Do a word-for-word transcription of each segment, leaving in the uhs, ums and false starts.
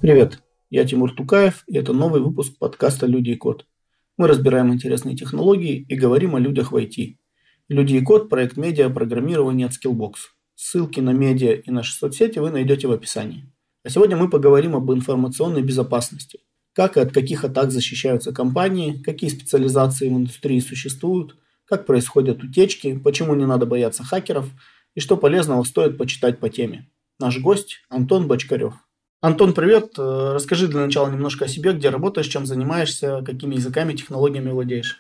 Привет, я Тимур Тукаев, и это новый выпуск подкаста «Люди и код». Мы разбираем интересные технологии и говорим о людях в ай ти. «Люди и код» – проект медиа программирования от Skillbox. Ссылки на медиа и наши соцсети вы найдете в описании. А сегодня мы поговорим об информационной безопасности. Как и от каких атак защищаются компании, какие специализации в индустрии существуют, как происходят утечки, почему не надо бояться хакеров и что полезного стоит почитать по теме. Наш гость – Антон Бочкарев. Антон, привет. Расскажи для начала немножко о себе, где работаешь, чем занимаешься, какими языками, технологиями владеешь.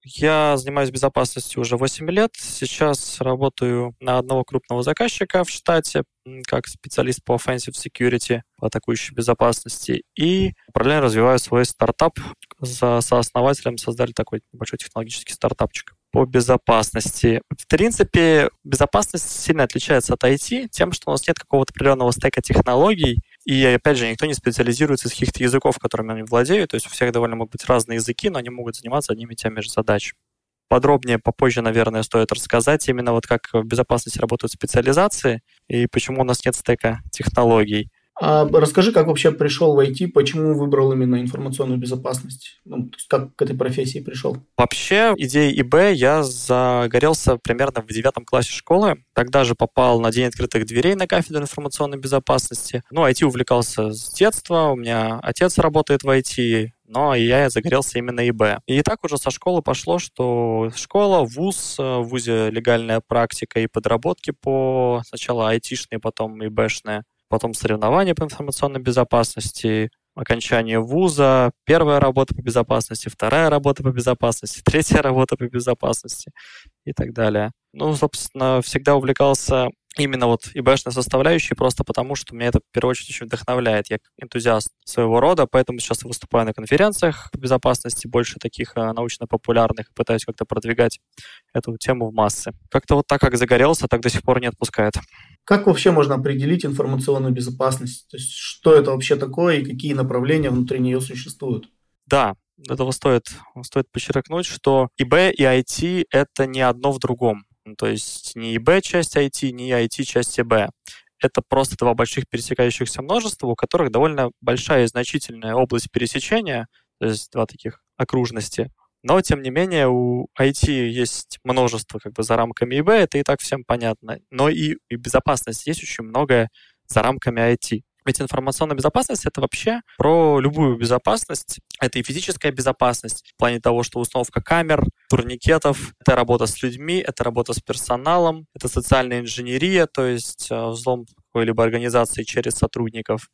Я занимаюсь безопасностью уже восемь лет. Сейчас работаю на одного крупного заказчика в штате как специалист по offensive security, по атакующей безопасности. И параллельно развиваю свой стартап. За сооснователем создали такой небольшой технологический стартапчик по безопасности. В принципе, безопасность сильно отличается от ай ти тем, что у нас нет какого-то определенного стека технологий. И, опять же, никто не специализируется из каких-то языков, которыми они владеют. То есть у всех довольно могут быть разные языки, но они могут заниматься одними и теми же задачами. Подробнее попозже, наверное, стоит рассказать именно вот как в безопасности работают специализации и почему у нас нет стека технологий. А расскажи, как вообще пришел в ай ти, почему выбрал именно информационную безопасность? Ну, то есть как к этой профессии пришел? Вообще, идеей и бэ я загорелся примерно в девятом классе школы. Тогда же попал на День открытых дверей на кафедру информационной безопасности. Ну, ай ти увлекался с детства, у меня отец работает в ай ти, но я загорелся именно и бэ. И так уже со школы пошло, что школа, вуз, в вузе легальная практика и подработки по сначала айтишные, потом и бэ-шные. Потом соревнования по информационной безопасности, окончание вуза, первая работа по безопасности, вторая работа по безопасности, третья работа по безопасности и так далее. Ну, собственно, всегда увлекался именно вот и бэ-шной составляющей, просто потому, что меня это, в первую очередь, очень вдохновляет. Я энтузиаст своего рода, поэтому сейчас выступаю на конференциях по безопасности, больше таких научно-популярных, и пытаюсь как-то продвигать эту тему в массы. Как-то вот так, как загорелся, так до сих пор не отпускает. Как вообще можно определить информационную безопасность? То есть что это вообще такое и какие направления внутри нее существуют? Да, этого стоит, стоит подчеркнуть, что и бэ и ай ти — это не одно в другом. То есть не и бэ-часть ай ти, не ай ти-часть и бэ. Это просто два больших пересекающихся множества, у которых довольно большая и значительная область пересечения, то есть два таких окружности. Но, тем не менее, у ай ти есть множество как бы за рамками и бэ, это и так всем понятно. Но и, и безопасность есть очень многое за рамками ай ти. Ведь информационная безопасность — это вообще про любую безопасность. Это и физическая безопасность в плане того, что установка камер, турникетов, это работа с людьми, это работа с персоналом, это социальная инженерия, то есть взлом какой-либо организации через сотрудников.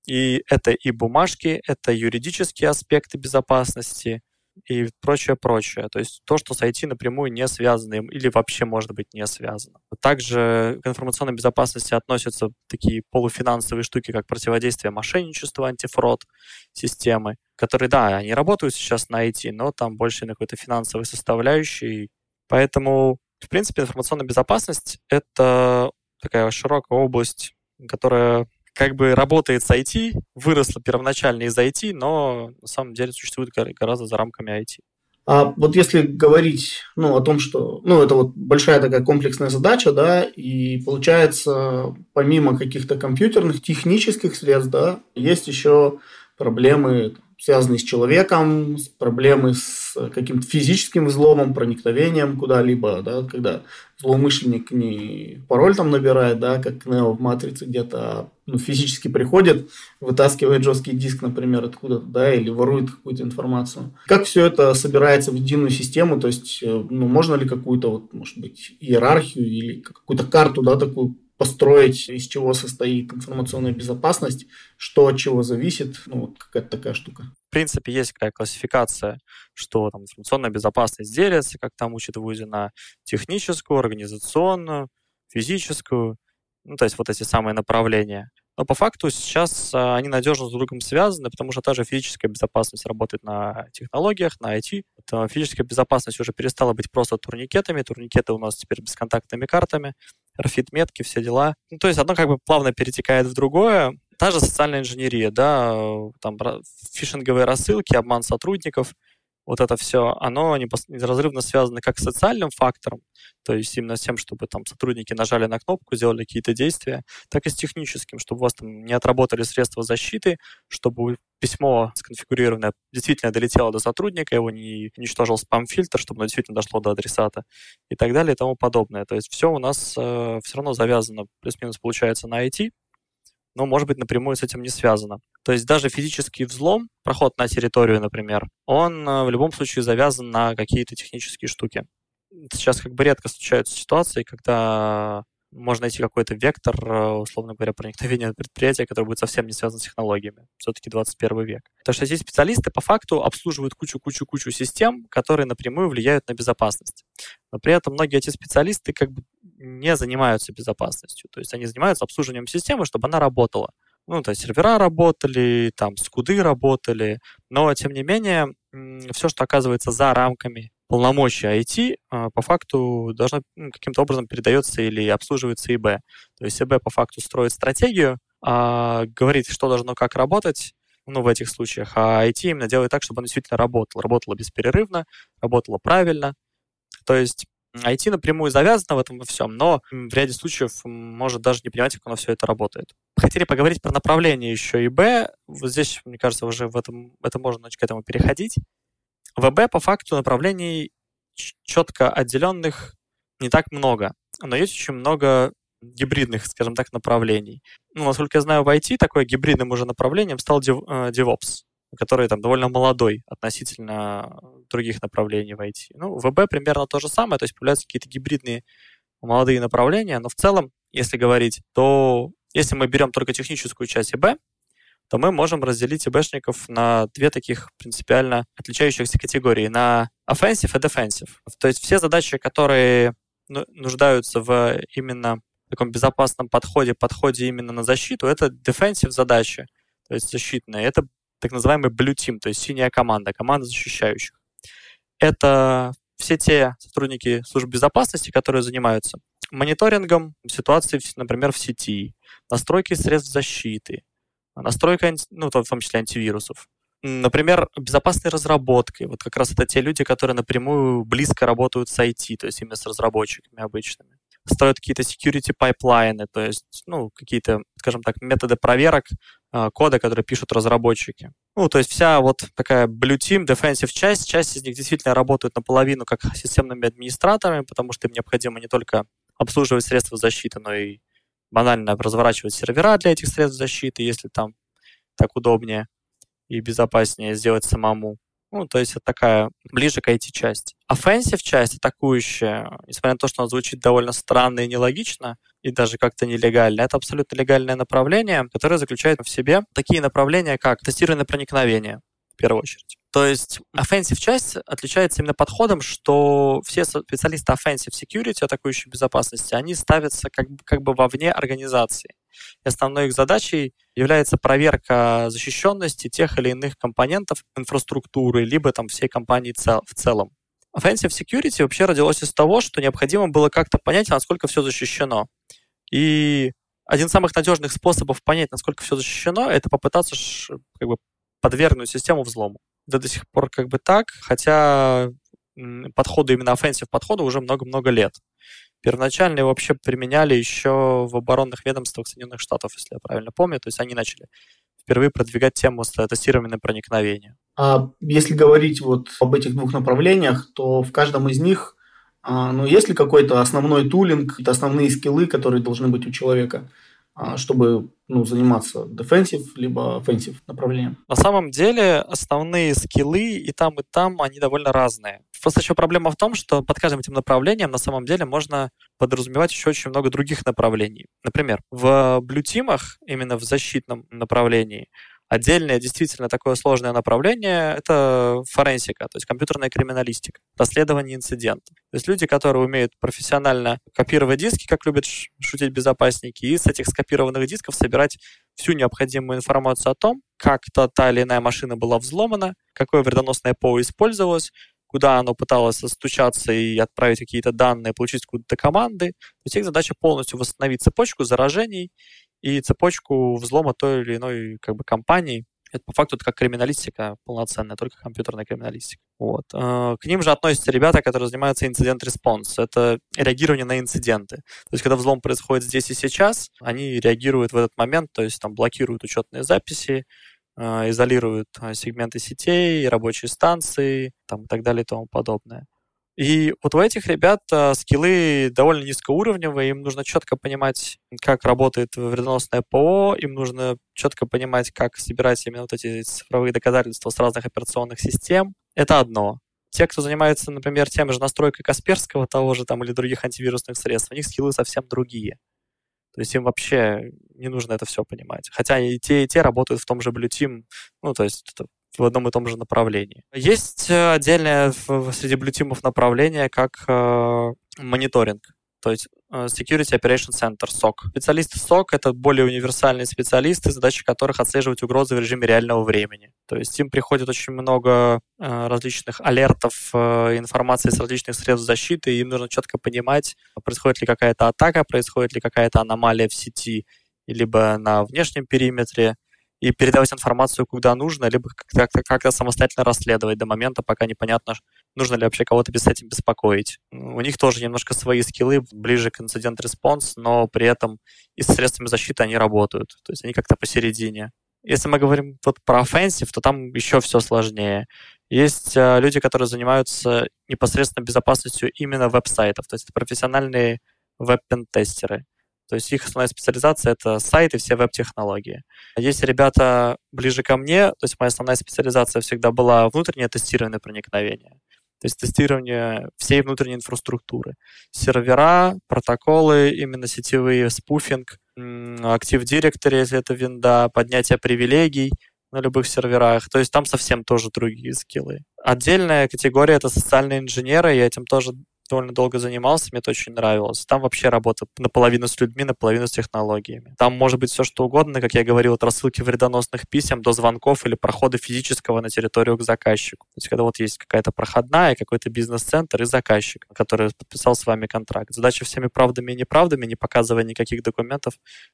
И это и бумажки, это юридические аспекты безопасности и прочее-прочее. То есть то, что с ай ти напрямую не связано или вообще, может быть, не связано. Также к информационной безопасности относятся такие полуфинансовые штуки, как противодействие мошенничеству, антифрод системы, которые, да, они работают сейчас на ай ти, но там больше на какой-то финансовой составляющей. Поэтому, в принципе, информационная безопасность — это такая широкая область, которая как бы работает с ай ти, выросла первоначально из ай ти, но на самом деле существует гораздо за рамками ай ти. А вот если говорить ну, о том, что ну, это вот большая такая комплексная задача, да, и получается, помимо каких-то компьютерных, технических средств, да, есть еще проблемы, связанные с человеком, проблемы с каким-то физическим взломом, проникновением куда-либо, да, когда злоумышленник не пароль там набирает, да, как Нео в «Матрице» где-то, а ну, физически приходит, вытаскивает жесткий диск, например, откуда-то, да, или ворует какую-то информацию. Как все это собирается в единую систему, то есть, ну, можно ли какую-то, вот, может быть, иерархию или какую-то карту, да, такую построить, из чего состоит информационная безопасность, что от чего зависит, ну, вот какая-то такая штука. В принципе, есть какая классификация, что там информационная безопасность делится, как там учат в ВУЗе, на техническую, организационную, физическую, ну, то есть вот эти самые направления. Но по факту сейчас они надежно с друг другом связаны, потому что та же физическая безопасность работает на технологиях, на ай ти. Это физическая безопасность уже перестала быть просто турникетами. Турникеты у нас теперь бесконтактными картами, эр эф ай ди-метки, все дела. Ну, то есть одно как бы плавно перетекает в другое. Та же социальная инженерия, да, там фишинговые рассылки, обман сотрудников, вот это все, оно неразрывно связано как с социальным фактором, то есть именно с тем, чтобы там сотрудники нажали на кнопку, сделали какие-то действия, так и с техническим, чтобы у вас там не отработали средства защиты, чтобы письмо сконфигурированное действительно долетело до сотрудника, его не уничтожил спам-фильтр, чтобы оно действительно дошло до адресата и так далее и тому подобное. То есть все у нас э, все равно завязано плюс-минус получается на ай ти, но, может быть, напрямую с этим не связано. То есть даже физический взлом, проход на территорию, например, он в любом случае завязан на какие-то технические штуки. Сейчас как бы редко случаются ситуации, когда можно найти какой-то вектор, условно говоря, проникновения на предприятие, которое будет совсем не связано с технологиями. Все-таки двадцать первый век. Потому что эти специалисты по факту обслуживают кучу-кучу-кучу систем, которые напрямую влияют на безопасность. Но при этом многие эти специалисты как бы не занимаются безопасностью. То есть они занимаются обслуживанием системы, чтобы она работала. Ну, то есть сервера работали, там, скуды работали, но, тем не менее, все, что оказывается за рамками полномочий ай ти, по факту должно каким-то образом передается или обслуживается ай би. То есть ай би по факту строит стратегию, а говорит, что должно как работать, ну, в этих случаях, а ай ти именно делает так, чтобы оно действительно работало. Работало бесперерывно, работало правильно. То есть ай ти напрямую завязано в этом во всем, но в ряде случаев может даже не понимать, как оно все это работает. Хотели поговорить про направление еще ай би. Вот здесь, мне кажется, уже в этом, это можно к этому переходить. В ай би по факту направлений четко отделенных не так много, но есть очень много гибридных, скажем так, направлений. Ну, насколько я знаю, в ай ти такое гибридным уже направлением стал DevOps, который там довольно молодой относительно других направлений в ай ти. Ну, в ай би примерно то же самое, то есть появляются какие-то гибридные молодые направления, но в целом, если говорить, то если мы берем только техническую часть ай би, то мы можем разделить ай би-шников на две таких принципиально отличающихся категории, на offensive и defensive. То есть все задачи, которые нуждаются в именно таком безопасном подходе, подходе именно на защиту, это defensive задачи, то есть защитные. Это так называемый blue team, то есть синяя команда, команда защищающих. Это все те сотрудники служб безопасности, которые занимаются мониторингом ситуации, например, в сети, настройкой средств защиты, настройкой, ну, в том числе антивирусов. Например, безопасной разработкой. Вот как раз это те люди, которые напрямую близко работают с ай ти, то есть именно с разработчиками обычными. Строят какие-то security пайплайны, то есть, ну, какие-то, скажем так, методы проверок э, кода, которые пишут разработчики. Ну, то есть вся вот такая blue team, defensive часть, часть из них действительно работают наполовину как системными администраторами, потому что им необходимо не только обслуживать средства защиты, но и банально разворачивать сервера для этих средств защиты, если там так удобнее и безопаснее сделать самому. Ну, то есть это такая ближе к ай ти-части. Offensive часть, атакующая, несмотря на то, что она звучит довольно странно и нелогично, и даже как-то нелегально, это абсолютно легальное направление, которое заключает в себе такие направления, как тестирование проникновения, в первую очередь. То есть offensive часть отличается именно подходом, что все специалисты offensive security, атакующей безопасности, они ставятся как бы, как бы вовне организации. И основной их задачей является проверка защищенности тех или иных компонентов инфраструктуры, либо там всей компании цел, в целом. Offensive security вообще родилось из того, что необходимо было как-то понять, насколько все защищено. И один из самых надежных способов понять, насколько все защищено, это попытаться как бы подвергнуть систему взлому. Это до сих пор как бы так, хотя подходу именно offensive подхода уже много-много лет. Первоначально его вообще применяли еще в оборонных ведомствах Соединенных Штатов, если я правильно помню. То есть они начали впервые продвигать тему тестирования проникновения. А если говорить вот об этих двух направлениях, то в каждом из них, ну, есть ли какой-то основной тулинг, какие-то основные скиллы, которые должны быть у человека, чтобы, ну, заниматься defensive либо offensive направлением? На самом деле основные скиллы и там, и там, они довольно разные. Просто еще проблема в том, что под каждым этим направлением на самом деле можно подразумевать еще очень много других направлений. Например, в блютимах, именно в защитном направлении, отдельное действительно такое сложное направление — это форенсика, то есть компьютерная криминалистика, расследование инцидентов. То есть люди, которые умеют профессионально копировать диски, как любят шутить безопасники, и с этих скопированных дисков собирать всю необходимую информацию о том, как та, та или иная машина была взломана, какое вредоносное ПО использовалось, куда оно пыталось стучаться и отправить какие-то данные, получить какие-то команды. То есть их задача полностью восстановить цепочку заражений и цепочку взлома той или иной как бы компании, Это по факту это как криминалистика полноценная, только компьютерная криминалистика. Вот. К ним же относятся ребята, которые занимаются инцидент-респонс. Это реагирование на инциденты. То есть, когда взлом происходит здесь и сейчас, они реагируют в этот момент, то есть там блокируют учетные записи, изолируют сегменты сетей, рабочие станции там, и так далее и тому подобное. И вот у этих ребят скиллы довольно низкоуровневые, им нужно четко понимать, как работает вредоносное ПО, им нужно четко понимать, как собирать именно вот эти цифровые доказательства с разных операционных систем. Это одно. Те, кто занимается, например, тем же настройкой Касперского того же там или других антивирусных средств, у них скиллы совсем другие. То есть им вообще не нужно это все понимать. Хотя и те, и те работают в том же Blue Team, ну, то есть это в одном и том же направлении. Есть отдельное среди Blue Team'ов направление, как э, мониторинг, то есть э, Security Operation Center, сок. Специалисты сок — это более универсальные специалисты, задача которых отслеживать угрозы в режиме реального времени. То есть им приходит очень много э, различных алертов, э, информации с различных средств защиты, и им нужно четко понимать, происходит ли какая-то атака, происходит ли какая-то аномалия в сети, либо на внешнем периметре, и передавать информацию куда нужно, либо как-то, как-то самостоятельно расследовать до момента, пока непонятно, нужно ли вообще кого-то с этим беспокоить. У них тоже немножко свои скиллы, ближе к инцидент-респонс, но при этом и с средствами защиты они работают. То есть они как-то посередине. Если мы говорим вот про offensive, то там еще все сложнее. Есть э, люди, которые занимаются непосредственно безопасностью именно веб-сайтов, то есть это профессиональные веб-пентестеры. То есть их основная специализация — это сайты, все веб-технологии. Есть ребята ближе ко мне, то есть моя основная специализация всегда была внутреннее тестирование проникновения. То есть тестирование всей внутренней инфраструктуры. Сервера, протоколы, именно сетевые, спуфинг, Active Directory, если это винда, поднятие привилегий на любых серверах. То есть там совсем тоже другие скиллы. Отдельная категория — это социальные инженеры, я этим тоже довольно долго занимался, мне это очень нравилось. Там вообще работа наполовину с людьми, наполовину с технологиями. Там может быть все что угодно, как я говорил, от рассылки вредоносных писем до звонков или прохода физического на территорию к заказчику. То есть когда вот есть какая-то проходная, какой-то бизнес-центр и заказчик, который подписал с вами контракт. Задача всеми правдами и неправдами, не показывая никаких документов,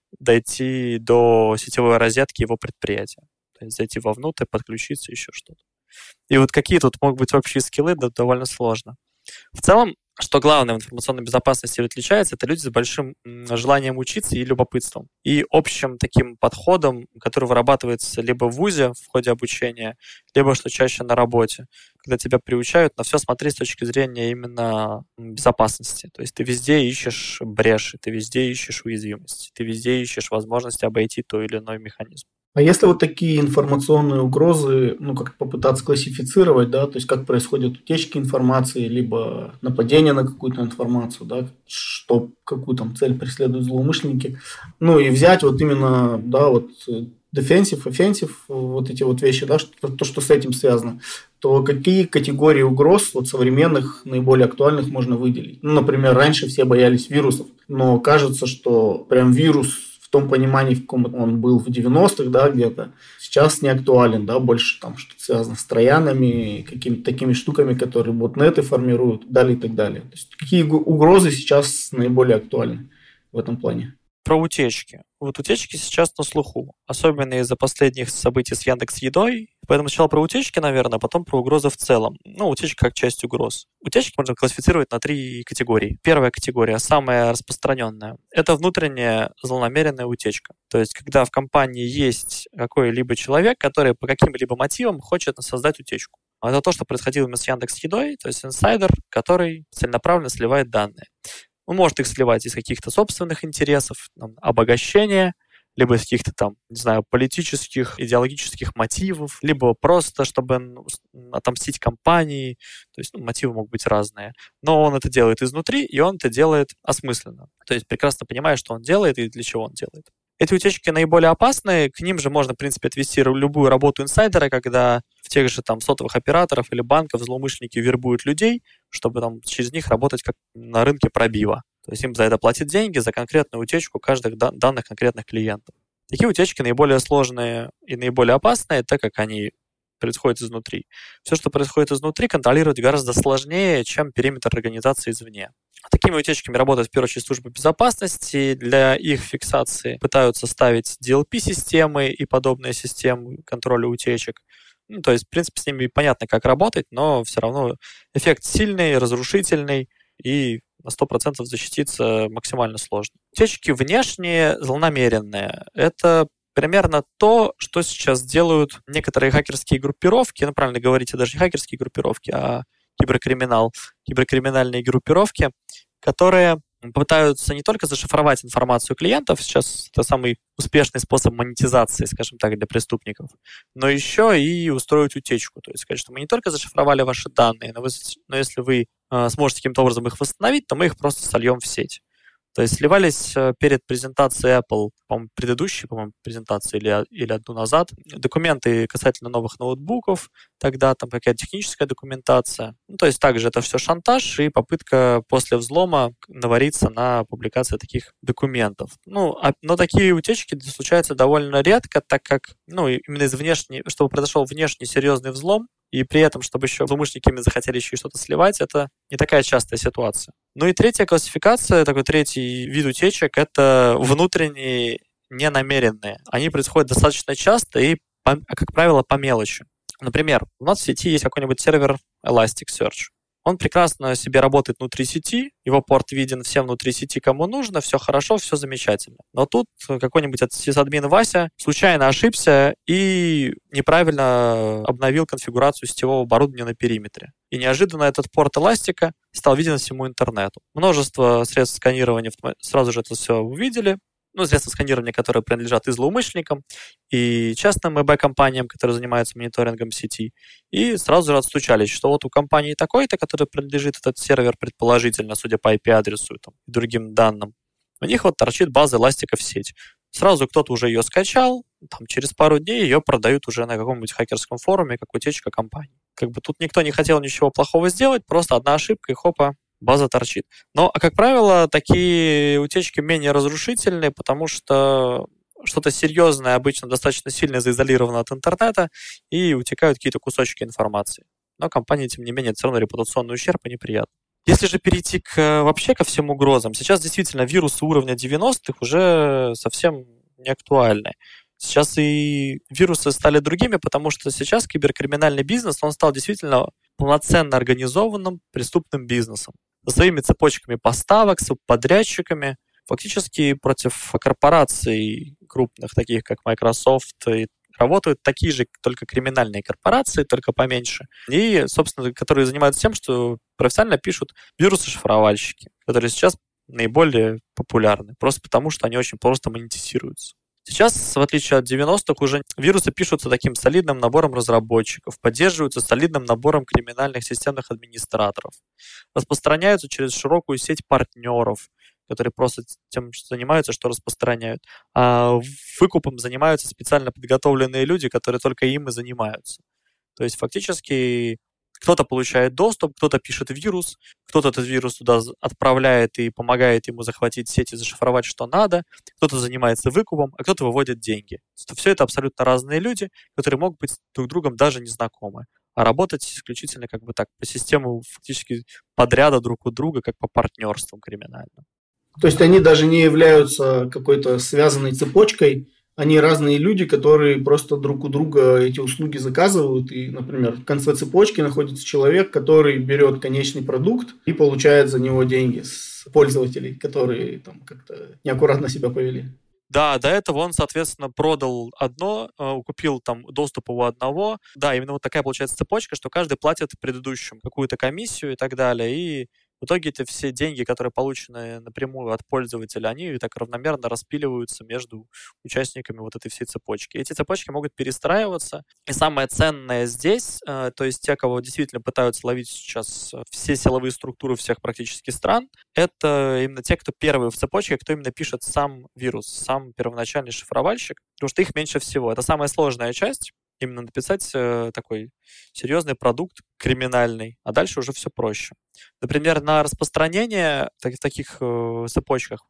дойти до сетевой розетки его предприятия. То есть зайти вовнутрь, подключиться, еще что-то. И вот какие тут могут быть общие скиллы, да, довольно сложно. В целом, что главное в информационной безопасности отличается, это люди с большим желанием учиться и любопытством. И общим таким подходом, который вырабатывается либо в вузе в ходе обучения, либо, что чаще, на работе, когда тебя приучают на все смотреть с точки зрения именно безопасности. То есть ты везде ищешь бреши, ты везде ищешь уязвимости, ты везде ищешь возможности обойти той или иной механизм. А если вот такие информационные угрозы, ну, как попытаться классифицировать, да, то есть как происходят утечки информации, либо нападение на какую-то информацию, да, что, какую там цель преследуют злоумышленники, ну, и взять вот именно, да, вот defensive, offensive, вот эти вот вещи, да, что, то, что с этим связано, то какие категории угроз вот современных, наиболее актуальных можно выделить? Ну, например, раньше все боялись вирусов, но кажется, что прям вирус в том понимании, в каком он был в девяностых, да, где-то, сейчас не актуален, да, больше там что-то связано с троянами, какими-то такими штуками, которые ботнеты формируют, и далее, и так далее. То есть какие угрозы сейчас наиболее актуальны в этом плане? Про утечки. Вот утечки сейчас на слуху, особенно из-за последних событий с Яндекс.Едой. Поэтому сначала про утечки, наверное, а потом про угрозы в целом. Ну, утечки как часть угроз. Утечки можно классифицировать на три категории. Первая категория, самая распространенная, это внутренняя злонамеренная утечка. То есть, когда в компании есть какой-либо человек, который по каким-либо мотивам хочет создать утечку. Это то, что происходило с Яндекс.Едой, то есть инсайдер, который целенаправленно сливает данные. Он может их сливать из каких-то собственных интересов, там, обогащения, либо из каких-то там, не знаю, политических, идеологических мотивов, либо просто, чтобы ну, отомстить компании. То есть ну, мотивы могут быть разные. Но он это делает изнутри, и он это делает осмысленно. То есть прекрасно понимая, что он делает и для чего он делает. Эти утечки наиболее опасные, к ним же можно, в принципе, отвести любую работу инсайдера, когда в тех же там сотовых операторов или банков злоумышленники вербуют людей, чтобы там через них работать как на рынке пробива. То есть им за это платят деньги, за конкретную утечку каждых дан- данных конкретных клиентов. Такие утечки наиболее сложные и наиболее опасные, так как они происходит изнутри. Все, что происходит изнутри, контролировать гораздо сложнее, чем периметр организации извне. Такими утечками работает в первую очередь служба безопасности. Для их фиксации пытаются ставить ди эл пи-системы и подобные системы контроля утечек. Ну, то есть, в принципе, с ними понятно, как работать, но все равно эффект сильный, разрушительный, и на сто процентов защититься максимально сложно. Утечки внешние, злонамеренные. Это примерно то, что сейчас делают некоторые хакерские группировки, ну, правильно говорить, даже не хакерские группировки, а киберкриминал, киберкриминальные группировки, которые пытаются не только зашифровать информацию клиентов, сейчас это самый успешный способ монетизации, скажем так, для преступников, но еще и устроить утечку. То есть сказать, что мы не только зашифровали ваши данные, но, вы, но если вы э, сможете каким-то образом их восстановить, то мы их просто сольем в сеть. То есть сливались перед презентацией Apple, по-моему, предыдущей, по-моему, презентации или, или одну назад, документы касательно новых ноутбуков, тогда там какая-то техническая документация. Ну, то есть также это все шантаж и попытка после взлома навариться на публикации таких документов. Ну, а, но такие утечки случаются довольно редко, так как, ну, именно из внешней, чтобы произошел внешний серьезный взлом, и при этом, чтобы еще злоумышленники захотели еще и что-то сливать, это не такая частая ситуация. Ну и третья классификация, такой третий вид утечек, это внутренние ненамеренные. Они происходят достаточно часто и, как правило, по мелочи. Например, у нас в сети есть какой-нибудь сервер Elasticsearch. Он прекрасно себе работает внутри сети, его порт виден всем внутри сети, кому нужно, все хорошо, все замечательно. Но тут какой-нибудь сисадмин Вася случайно ошибся и неправильно обновил конфигурацию сетевого оборудования на периметре. И неожиданно этот порт эластика стал виден всему интернету. Множество средств сканирования сразу же это все увидели. Ну, средства сканирования, которые принадлежат и злоумышленникам, и частным и бэ-компаниям, которые занимаются мониторингом сети, и сразу же отстучались, что вот у компании такой-то, которой принадлежит этот сервер, предположительно, судя по ай пи-адресу там, и другим данным, у них вот торчит база эластика в сеть. Сразу кто-то уже ее скачал, там, через пару дней ее продают уже на каком-нибудь хакерском форуме, как утечка компании. Как бы тут никто не хотел ничего плохого сделать, просто одна ошибка, и хопа, база торчит. Но, как правило, такие утечки менее разрушительные, потому что что-то серьезное обычно достаточно сильно заизолировано от интернета, и утекают какие-то кусочки информации. Но компании, тем не менее, все равно репутационный ущерб и неприятно. Если же перейти к, вообще ко всем угрозам, сейчас действительно вирусы уровня девяностых уже совсем не актуальны. Сейчас и вирусы стали другими, потому что сейчас киберкриминальный бизнес, он стал действительно полноценно организованным преступным бизнесом. Со своими цепочками поставок, с подрядчиками, фактически против корпораций крупных, таких как Microsoft, и работают такие же только криминальные корпорации, только поменьше, и, собственно, которые занимаются тем, что профессионально пишут вирусы-шифровальщики, которые сейчас наиболее популярны, просто потому что они очень просто монетизируются. Сейчас, в отличие от девяностых, уже вирусы пишутся таким солидным набором разработчиков, поддерживаются солидным набором криминальных системных администраторов, распространяются через широкую сеть партнеров, которые просто тем что занимаются, что распространяют. А выкупом занимаются специально подготовленные люди, которые только им и занимаются. То есть фактически кто-то получает доступ, кто-то пишет вирус, кто-то этот вирус туда отправляет и помогает ему захватить сеть и зашифровать, что надо, кто-то занимается выкупом, а кто-то выводит деньги. Все это абсолютно разные люди, которые могут быть друг с другом даже не знакомы, а работать исключительно как бы так по системе фактически подряда друг у друга, как по партнерству криминальным. То есть они даже не являются какой-то связанной цепочкой, они разные люди, которые просто друг у друга эти услуги заказывают. И, например, в конце цепочки находится человек, который берет конечный продукт и получает за него деньги с пользователей, которые там как-то неаккуратно себя повели. Да, до этого он, соответственно, продал одно, купил там доступ у одного. Да, именно вот такая получается цепочка, что каждый платит предыдущему какую-то комиссию и так далее. И в итоге эти все деньги, которые получены напрямую от пользователя, они так равномерно распиливаются между участниками вот этой всей цепочки. Эти цепочки могут перестраиваться. И самое ценное здесь, то есть те, кого действительно пытаются ловить сейчас все силовые структуры всех практически стран, это именно те, кто первые в цепочке, кто именно пишет сам вирус, сам первоначальный шифровальщик, потому что их меньше всего. Это самая сложная часть. Именно написать э, такой серьезный продукт криминальный, а дальше уже все проще. Например, на распространение в таких э, цепочках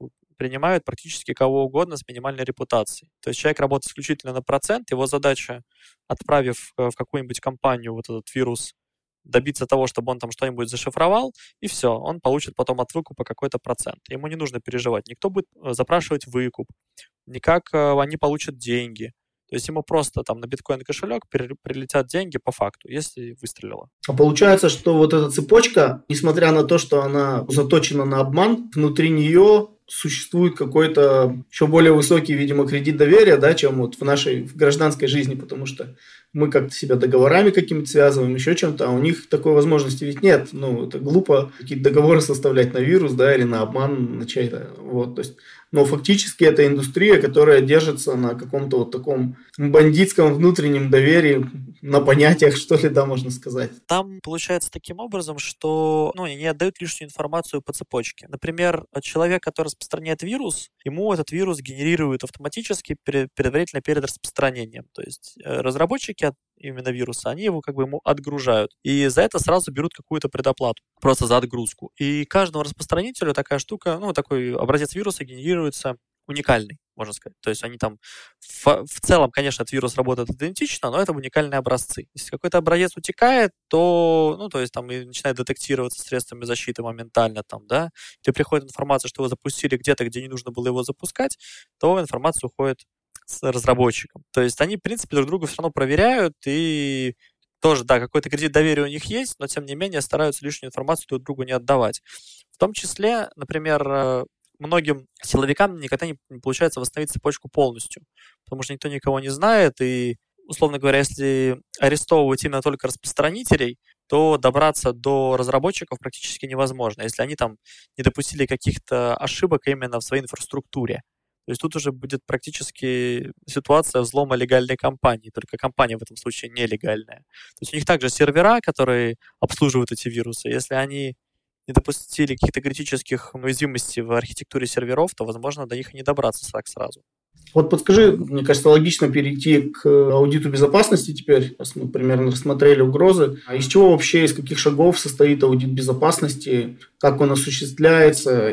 принимают практически кого угодно с минимальной репутацией. То есть человек работает исключительно на процент, его задача, отправив в какую-нибудь компанию вот этот вирус, добиться того, чтобы он там что-нибудь зашифровал, и все, он получит потом от выкупа какой-то процент. Ему не нужно переживать. Никто будет запрашивать выкуп, никак они получат деньги. То есть ему просто там на биткоин-кошелек прилетят деньги по факту, если выстрелило. А получается, что вот эта цепочка, несмотря на то, что она заточена на обман, внутри нее существует какой-то еще более высокий, видимо, кредит доверия, да, чем вот в нашей в гражданской жизни, потому что мы как-то себя договорами какими-то связываем, еще чем-то, а у них такой возможности ведь нет. Ну, это глупо какие-то договоры составлять на вирус, да, или на обман, на чей-то. Вот, то есть, но фактически это индустрия, которая держится на каком-то вот таком бандитском внутреннем доверии, на понятиях, что ли, да, можно сказать. Там получается таким образом, что ну, не отдают лишнюю информацию по цепочке. Например, человек, который распространяет вирус, ему этот вирус генерирует автоматически предварительно перед распространением. То есть разработчики именно вируса, они его как бы ему отгружают. И за это сразу берут какую-то предоплату, просто за отгрузку. И каждому распространителю такая штука, ну, такой образец вируса генерируется уникальный, можно сказать. То есть они там в, в целом, конечно, этот вирус работает идентично, но это уникальные образцы. Если какой-то образец утекает, то, ну, то есть там и начинает детектироваться средствами защиты моментально, там, да, тебе приходит информация, что его запустили где-то, где не нужно было его запускать, то информация уходит с разработчиком. То есть они, в принципе, друг друга все равно проверяют и тоже, да, какой-то кредит доверия у них есть, но, тем не менее, стараются лишнюю информацию друг другу не отдавать. В том числе, например, многим силовикам никогда не получается восстановить цепочку полностью, потому что никто никого не знает, и, условно говоря, если арестовывать именно только распространителей, то добраться до разработчиков практически невозможно, если они там не допустили каких-то ошибок именно в своей инфраструктуре. То есть тут уже будет практически ситуация взлома легальной компании, только компания в этом случае нелегальная. То есть у них также сервера, которые обслуживают эти вирусы. Если они не допустили каких-то критических уязвимостей в архитектуре серверов, то, возможно, до них и не добраться так сразу. Вот подскажи, мне кажется, логично перейти к аудиту безопасности теперь, раз мы примерно рассмотрели угрозы. А из чего вообще, из каких шагов состоит аудит безопасности, как он осуществляется,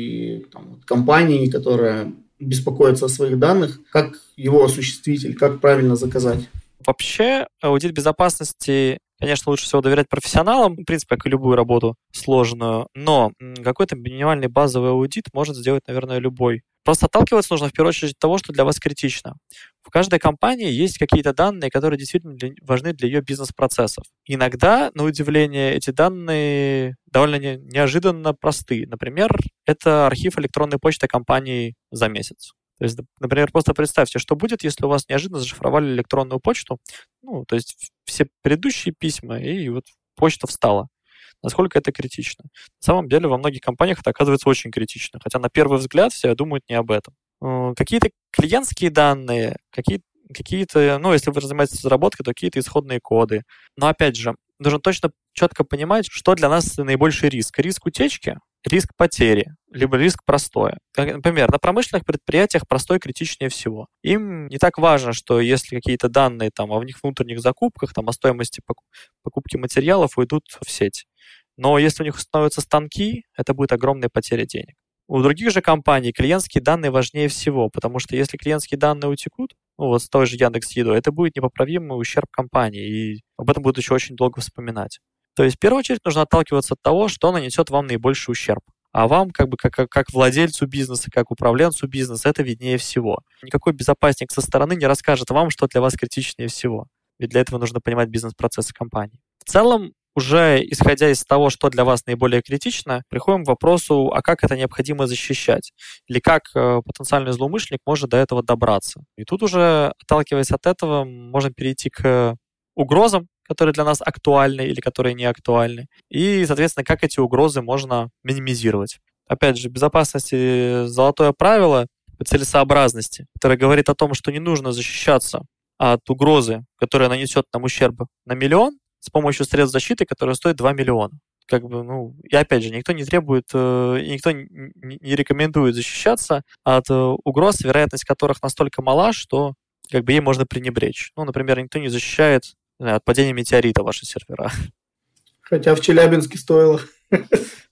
и там, компании, которые беспокоятся о своих данных, как его осуществить или как правильно заказать? Вообще, аудит безопасности, конечно, лучше всего доверять профессионалам, в принципе, как и любую работу сложную, но какой-то минимальный базовый аудит может сделать, наверное, любой. Просто отталкиваться нужно в первую очередь от того, что для вас критично. В каждой компании есть какие-то данные, которые действительно для, важны для ее бизнес-процессов. Иногда, на удивление, эти данные довольно не, неожиданно просты. Например, это архив электронной почты компании за месяц. То есть, например, просто представьте, что будет, если у вас неожиданно зашифровали электронную почту, ну, то есть все предыдущие письма, и вот почта встала. Насколько это критично? На самом деле во многих компаниях это оказывается очень критично, хотя на первый взгляд все думают не об этом. Какие-то клиентские данные, какие- какие-то, ну, если вы занимаетесь разработкой, то какие-то исходные коды. Но опять же, нужно точно четко понимать, что для нас наибольший риск. Риск утечки, риск потери, либо риск простое. Например, на промышленных предприятиях простой критичнее всего. Им не так важно, что если какие-то данные там, о них внутренних закупках, там, о стоимости покупки материалов уйдут в сеть. Но если у них установятся станки, это будет огромная потеря денег. У других же компаний клиентские данные важнее всего, потому что если клиентские данные утекут, ну вот с той же Яндекс.Едой, это будет непоправимый ущерб компании, и об этом будут еще очень долго вспоминать. То есть в первую очередь нужно отталкиваться от того, что нанесет вам наибольший ущерб. А вам, как бы, как, как владельцу бизнеса, как управленцу бизнеса, это виднее всего. Никакой безопасник со стороны не расскажет вам, что для вас критичнее всего. Ведь для этого нужно понимать бизнес-процессы компании. В целом, уже исходя из того, что для вас наиболее критично, приходим к вопросу, а как это необходимо защищать? Или как э, потенциальный злоумышленник может до этого добраться? И тут уже, отталкиваясь от этого, можно перейти к угрозам, которые для нас актуальны или которые не актуальны. И, соответственно, как эти угрозы можно минимизировать. Опять же, в безопасности золотое правило по целесообразности, которое говорит о том, что не нужно защищаться от угрозы, которая нанесет нам ущерб на миллион, с помощью средств защиты, которые стоят два миллиона. Как бы, ну, и опять же, никто не требует, э, никто не, не рекомендует защищаться от э, угроз, вероятность которых настолько мала, что как бы ей можно пренебречь. Ну, например, никто не защищает не знаю, от падения метеорита ваши сервера. Хотя в Челябинске стоило.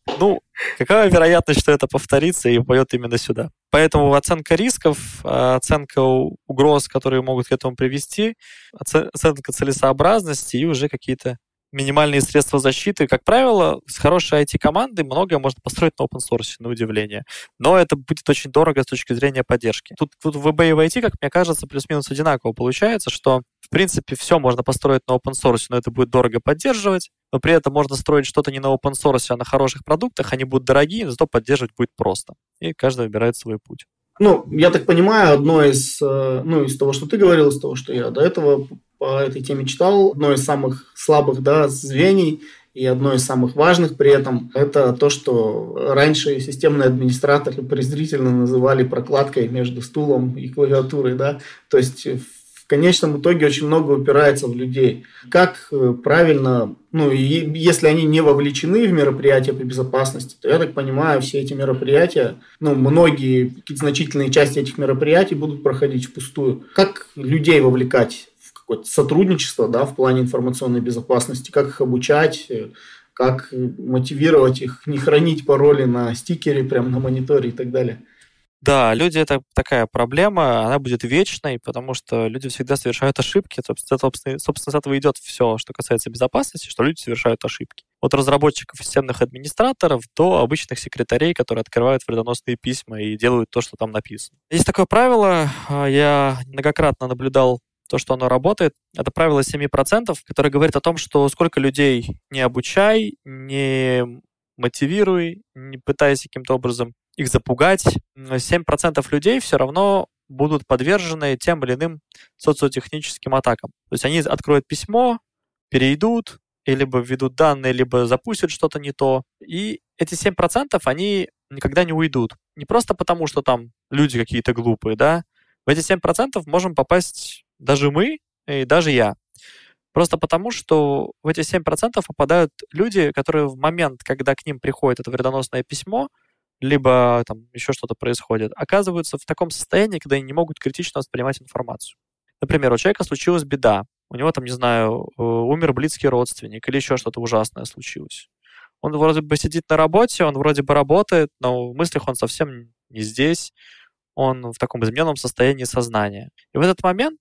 Ну, какая вероятность, что это повторится и пойдет именно сюда? Поэтому оценка рисков, оценка угроз, которые могут к этому привести, оценка целесообразности и уже какие-то минимальные средства защиты. Как правило, с хорошей ай ти-командой многое можно построить на open source, на удивление. Но это будет очень дорого с точки зрения поддержки. Тут, тут в ИБ и в ай ти, как мне кажется, плюс-минус одинаково получается, что в принципе все можно построить на open source, но это будет дорого поддерживать, но при этом можно строить что-то не на open source, а на хороших продуктах, они будут дорогие, но зато поддерживать будет просто. И каждый выбирает свой путь. Ну, я так понимаю, одно из, ну, из того, что ты говорил, из того, что я до этого по этой теме читал, одно из самых слабых, да, звеньев и одно из самых важных при этом, это то, что раньше системные администраторы презрительно называли прокладкой между стулом и клавиатурой, да, то есть в конечном итоге очень много упирается в людей. Как правильно, ну, и если они не вовлечены в мероприятия по безопасности, то я так понимаю, все эти мероприятия, ну, многие, какие-то значительные части этих мероприятий будут проходить впустую. Как людей вовлекать в какое-то сотрудничество, да, в плане информационной безопасности, как их обучать, как мотивировать их, не хранить пароли на стикере, прямо на мониторе и так далее? Да, люди — это такая проблема, она будет вечной, потому что люди всегда совершают ошибки. Собственно, собственно, с этого идет все, что касается безопасности, что люди совершают ошибки. От разработчиков и системных администраторов до обычных секретарей, которые открывают вредоносные письма и делают то, что там написано. Есть такое правило, я многократно наблюдал то, что оно работает. Это правило семь процентов, которое говорит о том, что сколько людей не обучай, не мотивируй, не пытайся каким-то образом их запугать, семь процентов людей все равно будут подвержены тем или иным социотехническим атакам. То есть они откроют письмо, перейдут, и либо введут данные, либо запустят что-то не то. И эти семь процентов, они никогда не уйдут. Не просто потому, что там люди какие-то глупые, да. В эти семь процентов можем попасть даже мы и даже я. Просто потому, что в эти семь процентов попадают люди, которые в момент, когда к ним приходит это вредоносное письмо, либо там еще что-то происходит, оказываются в таком состоянии, когда они не могут критично воспринимать информацию. Например, у человека случилась беда, у него там, не знаю, умер близкий родственник или еще что-то ужасное случилось. Он вроде бы сидит на работе, он вроде бы работает, но в мыслях он совсем не здесь, он в таком измененном состоянии сознания. И в этот момент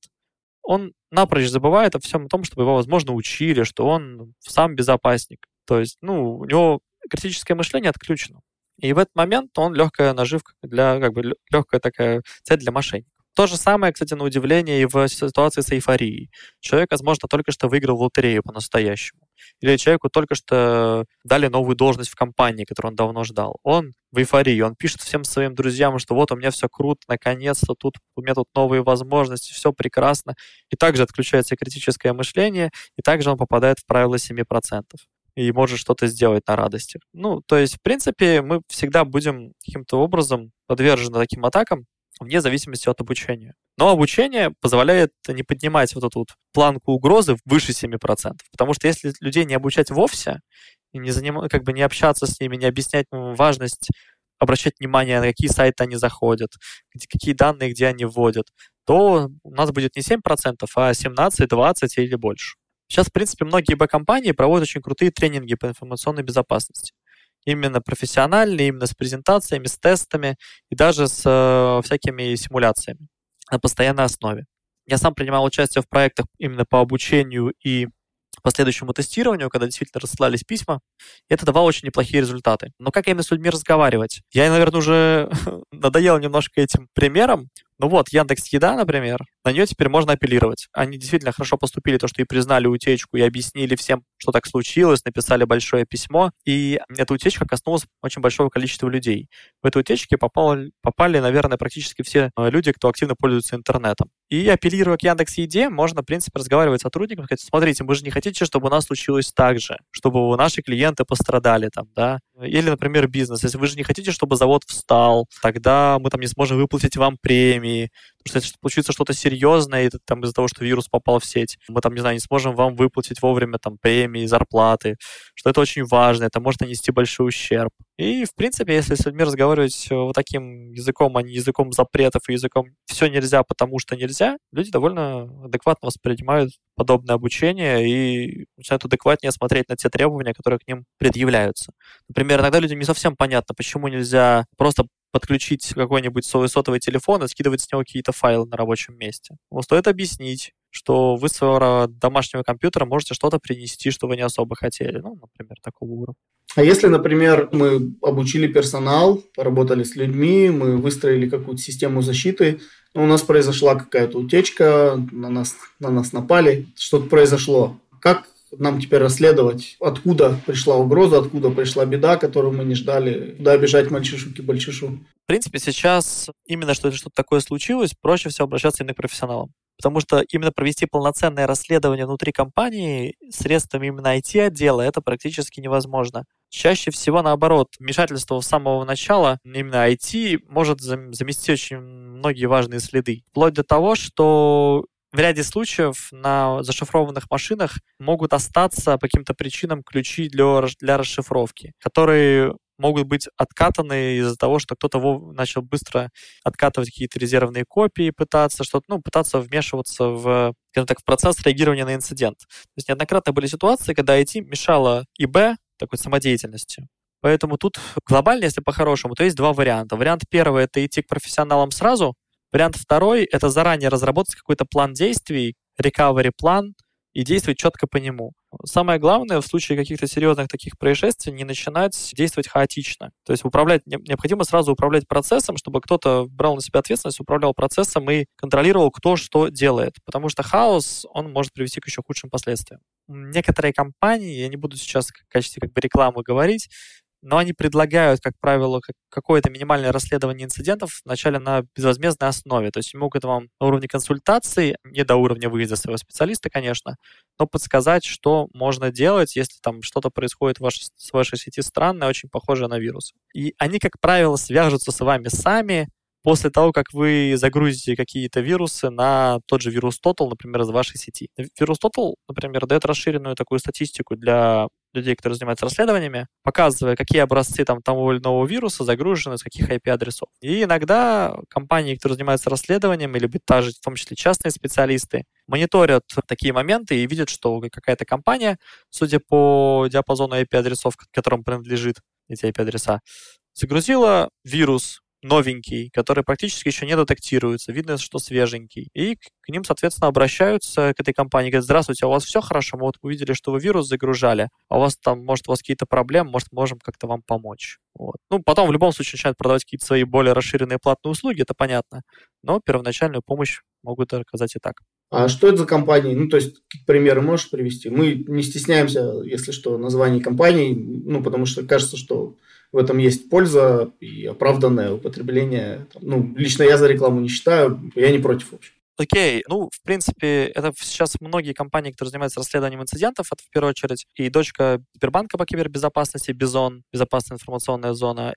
он напрочь забывает о всем том, чтобы его, возможно, учили, что он сам безопасник. То есть, ну, у него критическое мышление отключено. И в этот момент он легкая наживка, для, как бы легкая такая цель для мошенников. То же самое, кстати, на удивление и в ситуации с эйфорией. Человек, возможно, только что выиграл в лотерею по-настоящему. Или человеку только что дали новую должность в компании, которую он давно ждал. Он в эйфории, он пишет всем своим друзьям, что вот у меня все круто, наконец-то тут у меня тут новые возможности, все прекрасно. И также отключается критическое мышление, и также он попадает в правило семь процентов. И может что-то сделать на радостях. Ну, то есть, в принципе, мы всегда будем каким-то образом подвержены таким атакам, вне зависимости от обучения. Но обучение позволяет не поднимать вот эту вот планку угрозы выше семь процентов. Потому что если людей не обучать вовсе, и не, заним... как бы не общаться с ними, не объяснять им важность, обращать внимание, на какие сайты они заходят, где, какие данные, где они вводят, то у нас будет не семь процентов, а семнадцать, двадцать или больше. Сейчас, в принципе, многие бэ-компании проводят очень крутые тренинги по информационной безопасности. Именно профессиональные, именно с презентациями, с тестами и даже с э, всякими симуляциями на постоянной основе. Я сам принимал участие в проектах именно по обучению и последующему тестированию, когда действительно рассылались письма, и это давало очень неплохие результаты. Но как именно с людьми разговаривать? Я, наверное, уже надоел немножко этим примером. Ну вот, Яндекс.Еда, например, на нее теперь можно апеллировать. Они действительно хорошо поступили, то, что и признали утечку, и объяснили всем, что так случилось, написали большое письмо, и эта утечка коснулась очень большого количества людей. В эту утечку попали, попали, наверное, практически все люди, кто активно пользуется интернетом. И апеллируя к Яндекс.Еде, можно, в принципе, разговаривать с сотрудниками, сказать: смотрите, вы же не хотите, чтобы у нас случилось так же, чтобы наши клиенты пострадали там, да? Или, например, бизнес. Если вы же не хотите, чтобы завод встал, тогда мы там не сможем выплатить вам премии, потому что если случится что-то серьезное, и, там, из-за того, что вирус попал в сеть, мы там, не знаю, не сможем вам выплатить вовремя там премии, зарплаты, что это очень важно, это может нанести большой ущерб. И, в принципе, если с людьми разговаривать вот таким языком, а не языком запретов и языком «все нельзя, потому что нельзя», люди довольно адекватно воспринимают подобное обучение и начинают адекватнее смотреть на те требования, которые к ним предъявляются. Например, Например, иногда людям не совсем понятно, почему нельзя просто подключить какой-нибудь свой сотовый телефон и скидывать с него какие-то файлы на рабочем месте. Ну, стоит объяснить, что вы с своего домашнего компьютера можете что-то принести, что вы не особо хотели. Ну, например, такого уровня. А если, например, мы обучили персонал, поработали с людьми, мы выстроили какую-то систему защиты, но у нас произошла какая-то утечка, на нас, на нас напали, что-то произошло. Как нам теперь расследовать, откуда пришла угроза, откуда пришла беда, которую мы не ждали, куда бежать мальчишу-кибальчишу? В принципе, сейчас именно что что-то такое случилось, проще всего обращаться именно к профессионалам. Потому что именно провести полноценное расследование внутри компании средствами именно ай ти-отдела это практически невозможно. Чаще всего, наоборот, вмешательство с самого начала, именно ай ти, может замести очень многие важные следы. Вплоть до того, что в ряде случаев на зашифрованных машинах могут остаться по каким-то причинам ключи для, для расшифровки, которые могут быть откатаны из-за того, что кто-то начал быстро откатывать какие-то резервные копии, пытаться что-то, ну, пытаться вмешиваться в, скажем так, в процесс реагирования на инцидент. То есть неоднократно были ситуации, когда ай ти мешало и бэ такой самодеятельности. Поэтому тут глобально, если по-хорошему, то есть два варианта. Вариант первый — это идти к профессионалам сразу. Вариант второй — это заранее разработать какой-то план действий, recovery-план, и действовать четко по нему. Самое главное, в случае каких-то серьезных таких происшествий, не начинать действовать хаотично. То есть управлять, необходимо сразу управлять процессом, чтобы кто-то брал на себя ответственность, управлял процессом и контролировал, кто что делает. Потому что хаос, он может привести к еще худшим последствиям. Некоторые компании, я не буду сейчас в качестве как бы рекламы говорить, но они предлагают, как правило, какое-то минимальное расследование инцидентов вначале на безвозмездной основе. То есть могут вам на уровне консультаций, не до уровня выезда своего специалиста, конечно, но подсказать, что можно делать, если там что-то происходит в вашей, в вашей сети странное, очень похожее на вирус. И они, как правило, свяжутся с вами сами после того, как вы загрузите какие-то вирусы на тот же VirusTotal, например, из вашей сети. VirusTotal, например, дает расширенную такую статистику для людей, которые занимаются расследованиями, показывая, какие образцы там, того или иного вируса загружены, с каких ай пи-адресов. И иногда компании, которые занимаются расследованием, или даже в том числе частные специалисты, мониторят такие моменты и видят, что какая-то компания, судя по диапазону ай пи-адресов, к которым принадлежит эти ай пи-адреса, загрузила вирус новенький, который практически еще не детектируется, видно, что свеженький. И к, к ним, соответственно, обращаются к этой компании, говорят: здравствуйте, а у вас все хорошо, мы вот увидели, что вы вирус загружали, а у вас там, может, у вас какие-то проблемы, может, можем как-то вам помочь. Вот. Ну, потом в любом случае начинают продавать какие-то свои более расширенные платные услуги, это понятно, но первоначальную помощь могут оказать и так. А что это за компании? Ну, то есть, примеры можешь привести? Мы не стесняемся, если что, названий компаний, ну, потому что кажется, что в этом есть польза и оправданное употребление. Ну, лично я за рекламу не считаю, я не против вообще. Окей, ну, в принципе, это сейчас многие компании, которые занимаются расследованием инцидентов, это в первую очередь и дочка Сбербанка по кибербезопасности, Бизон, безопасная информационная зона,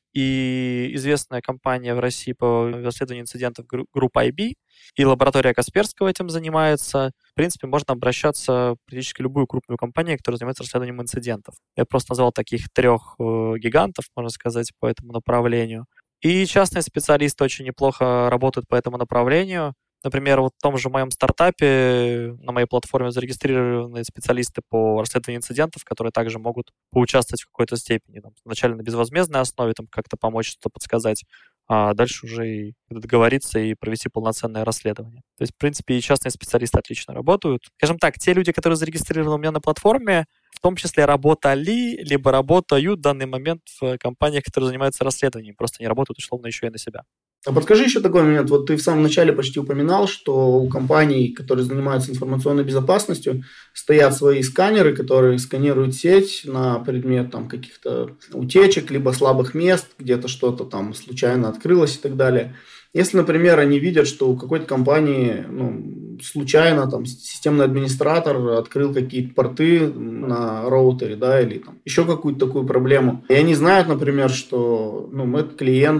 и известная компания в России по расследованию инцидентов группа ай би, и лаборатория Касперского этим занимается. В принципе, можно обращаться практически в любую крупную компанию, которая занимается расследованием инцидентов. Я просто назвал таких трех э, гигантов, можно сказать, по этому направлению. И частные специалисты очень неплохо работают по этому направлению. Например, вот в том же моем стартапе на моей платформе зарегистрированы специалисты по расследованию инцидентов, которые также могут поучаствовать в какой-то степени. Там, вначале на безвозмездной основе там, как-то помочь, что-то подсказать, а дальше уже и договориться и провести полноценное расследование. То есть, в принципе, и частные специалисты отлично работают. Скажем так, те люди, которые зарегистрированы у меня на платформе, в том числе работали, либо работают в данный момент в компаниях, которые занимаются расследованием, просто не работают, условно, еще и на себя. А подскажи еще такой момент. Вот ты в самом начале почти упоминал, что у компаний, которые занимаются информационной безопасностью, стоят свои сканеры, которые сканируют сеть на предмет там, каких-то утечек, либо слабых мест, где-то что-то там случайно открылось и так далее. Если, например, они видят, что у какой-то компании ну, случайно там, системный администратор открыл какие-то порты на роутере, да, или там, еще какую-то такую проблему, и они знают, например, что ну, этот клиент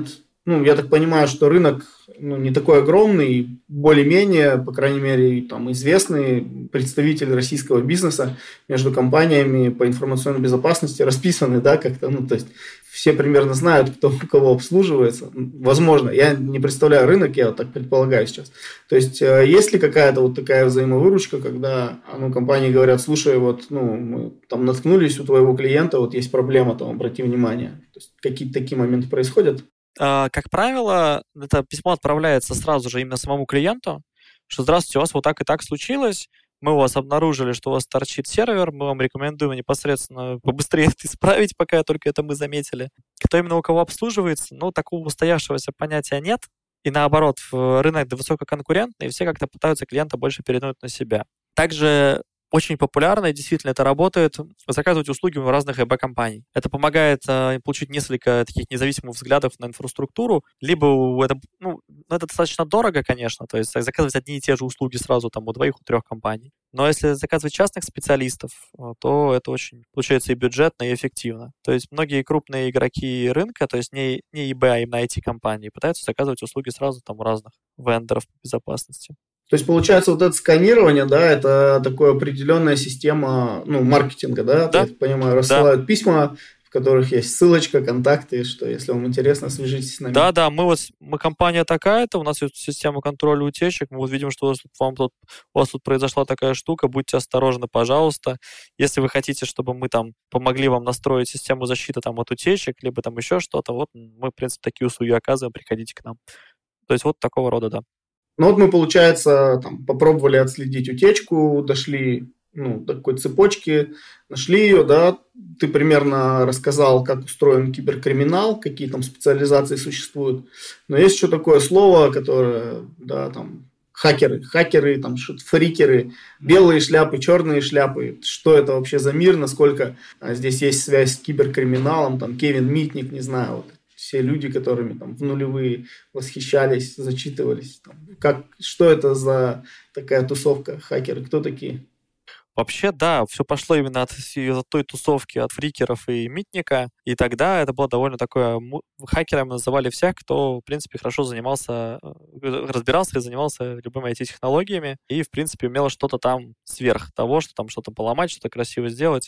ну, я так понимаю, что рынок ну, не такой огромный, более-менее, по крайней мере, там известные представители российского бизнеса между компаниями по информационной безопасности расписаны, да, как-то, ну, то есть все примерно знают, кто у кого обслуживается. Возможно, я не представляю рынок, я вот так предполагаю сейчас. То есть есть ли какая-то вот такая взаимовыручка, когда ну, компании говорят, слушай, вот, ну, мы там наткнулись у твоего клиента, вот есть проблема, там, обрати внимание. То есть какие-то такие моменты происходят? Как правило, это письмо отправляется сразу же именно самому клиенту, что здравствуйте, у вас вот так и так случилось, мы у вас обнаружили, что у вас торчит сервер, мы вам рекомендуем непосредственно побыстрее это исправить, пока только это мы заметили. Кто именно у кого обслуживается, ну, такого устоявшегося понятия нет. И наоборот, рынок высококонкурентный, и все как-то пытаются клиента больше перетянуть на себя. Также очень популярно, и действительно это работает, заказывать услуги у разных ай би-компаний. Это помогает э, получить несколько таких независимых взглядов на инфраструктуру, либо это, ну, это достаточно дорого, конечно, то есть заказывать одни и те же услуги сразу там у двоих, у трех компаний. Но если заказывать частных специалистов, то это очень получается и бюджетно, и эффективно. То есть многие крупные игроки рынка, то есть не, не ай би, а именно ай ти-компании, пытаются заказывать услуги сразу там у разных вендоров по безопасности. То есть, получается, вот это сканирование, да, это такая определенная система, ну, маркетинга, да? Да. Я так понимаю, рассылают да. письма, в которых есть ссылочка, контакты, что если вам интересно, свяжитесь с нами. Да, да, мы вот, мы компания такая-то, у нас есть система контроля утечек, мы вот видим, что у вас, вам тут, у вас тут произошла такая штука, будьте осторожны, пожалуйста. Если вы хотите, чтобы мы там помогли вам настроить систему защиты там от утечек, либо там еще что-то, вот мы, в принципе, такие услуги оказываем, приходите к нам. То есть вот такого рода, да. Ну вот мы, получается, там, попробовали отследить утечку, дошли ну, до такой цепочки, нашли ее, да, ты примерно рассказал, как устроен киберкриминал, какие там специализации существуют, но есть еще такое слово, которое, да, там, хакеры, хакеры, там, фрикеры, белые шляпы, черные шляпы, что это вообще за мир, насколько а, здесь есть связь с киберкриминалом, там, Кевин Митник, не знаю, вот. Все люди, которыми там в нулевые восхищались, зачитывались. Там, как, что это за такая тусовка? Хакеры, кто такие? Вообще, да, все пошло именно от, от той тусовки, от фрикеров и митника. И тогда это было довольно такое... Хакерами называли всех, кто, в принципе, хорошо занимался, разбирался и занимался любыми ай ти-технологиями. И, в принципе, умел что-то там сверх того, что там что-то поломать, что-то красиво сделать.